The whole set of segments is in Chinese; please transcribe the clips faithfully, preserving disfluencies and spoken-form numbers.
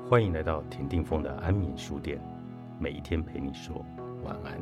欢迎来到田定峰的安眠书店，每一天陪你说晚安。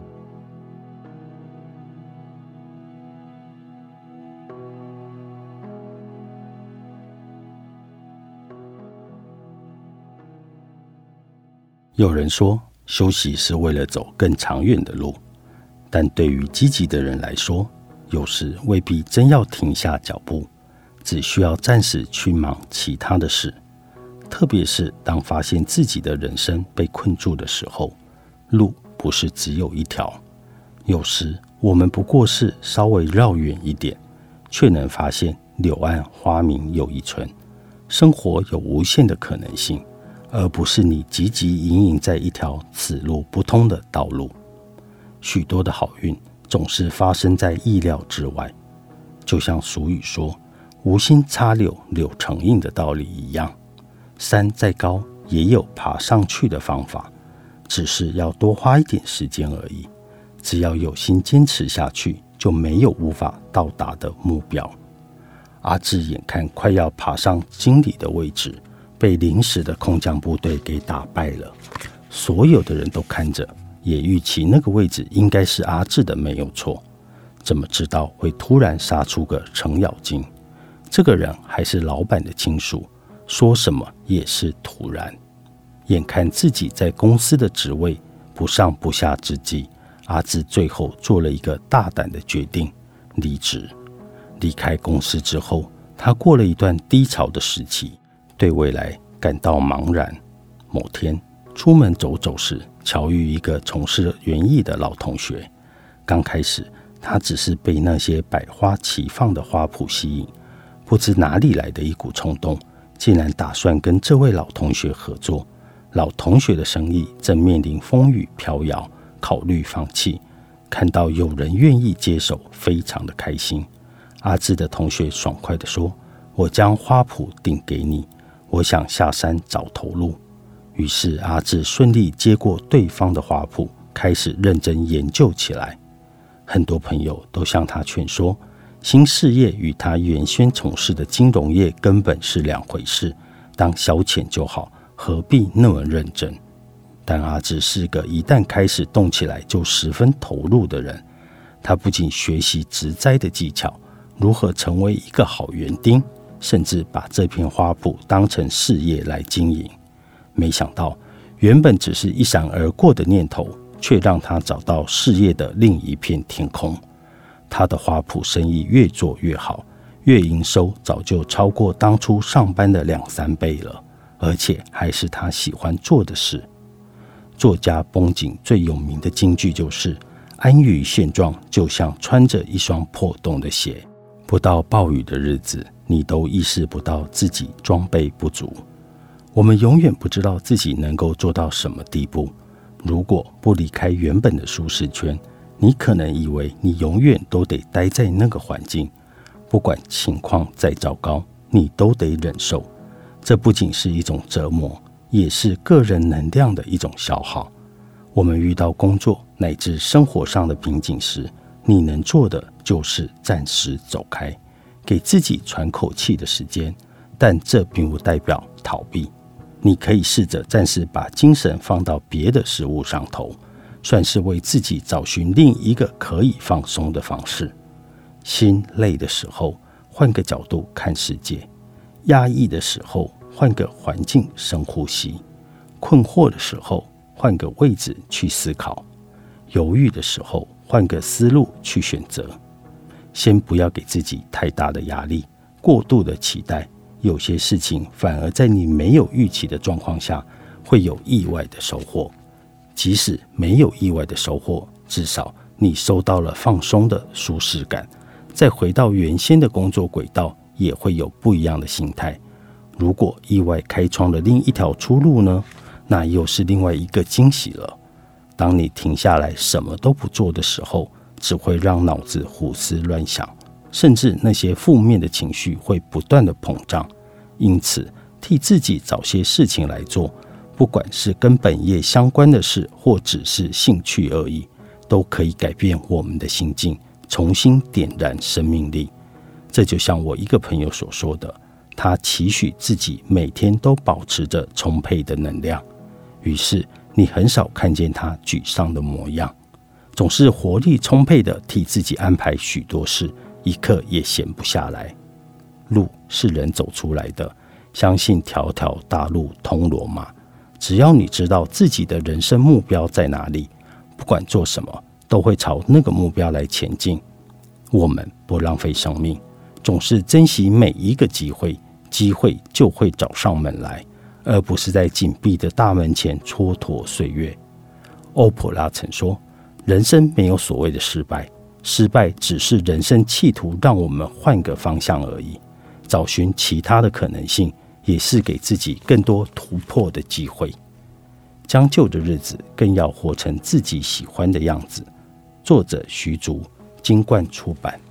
有人说，休息是为了走更长远的路，但对于积极的人来说，有时未必真要停下脚步，只需要暂时去忙其他的事。特别是当发现自己的人生被困住的时候，路不是只有一条，有时我们不过是稍微绕远一点，却能发现柳暗花明又一村，生活有无限的可能性，而不是你汲汲营营在一条此路不通的道路。许多的好运总是发生在意料之外，就像俗语说无心插柳柳成荫的道理一样，山再高也有爬上去的方法，只是要多花一点时间而已。只要有心坚持下去，就没有无法到达的目标。阿志眼看快要爬上经理的位置，被临时的空降部队给打败了。所有的人都看着，也预期那个位置应该是阿志的没有错，怎么知道会突然杀出个程咬金？这个人还是老板的亲属，说什么也是突然。眼看自己在公司的职位不上不下之际，阿志最后做了一个大胆的决定，离职。离开公司之后，他过了一段低潮的时期，对未来感到茫然。某天出门走走时，巧遇一个从事园艺的老同学。刚开始他只是被那些百花齐放的花圃吸引，不知哪里来的一股冲动，竟然打算跟这位老同学合作。老同学的生意正面临风雨飘摇，考虑放弃。看到有人愿意接手，非常的开心。阿志的同学爽快地说，我将花圃顶给你，我想下山找头路。于是阿志顺利接过对方的花圃，开始认真研究起来。很多朋友都向他劝说，新事业与他原先从事的金融业根本是两回事，当消遣就好，何必那么认真？但阿志是个一旦开始动起来就十分投入的人。他不仅学习植栽的技巧，如何成为一个好园丁，甚至把这片花圃当成事业来经营。没想到原本只是一闪而过的念头，却让他找到事业的另一片天空。他的花圃生意越做越好，月营收早就超过当初上班的两三倍了，而且还是他喜欢做的事。作家绷紧最有名的金句就是安于现状就像穿着一双破洞的鞋，不到暴雨的日子，你都意识不到自己装备不足。我们永远不知道自己能够做到什么地步。如果不离开原本的舒适圈，你可能以为你永远都得待在那个环境，不管情况再糟糕，你都得忍受。这不仅是一种折磨，也是个人能量的一种消耗。我们遇到工作乃至生活上的瓶颈时，你能做的就是暂时走开，给自己喘口气的时间，但这并不代表逃避。你可以试着暂时把精神放到别的事物上头，算是为自己找寻另一个可以放松的方式。心累的时候，换个角度看世界；压抑的时候，换个环境深呼吸；困惑的时候，换个位置去思考；犹豫的时候，换个思路去选择。先不要给自己太大的压力，过度的期待，有些事情反而在你没有预期的状况下，会有意外的收获。即使没有意外的收获，至少你收到了放松的舒适感，再回到原先的工作轨道，也会有不一样的心态。如果意外开创了另一条出路呢？那又是另外一个惊喜了。当你停下来什么都不做的时候，只会让脑子胡思乱想，甚至那些负面的情绪会不断的膨胀。因此，替自己找些事情来做，不管是跟本业相关的事，或只是兴趣而已，都可以改变我们的心境，重新点燃生命力。这就像我一个朋友所说的， 他期许自己每天都保持着充沛的能量，于是你很少看见他沮丧的模样，总是活力充沛地替自己安排许多事，一刻也闲不下来。路是人走出来的，相信条条大路通罗马。只要你知道自己的人生目标在哪里，不管做什么，都会朝那个目标来前进。我们不浪费生命，总是珍惜每一个机会，机会就会找上门来，而不是在紧闭的大门前蹉跎岁月。欧普拉曾说，人生没有所谓的失败，失败只是人生企图让我们换个方向而已，找寻其他的可能性，也是给自己更多突破的机会。将就的日子更要活成自己喜欢的样子。作者徐竹，金冠出版。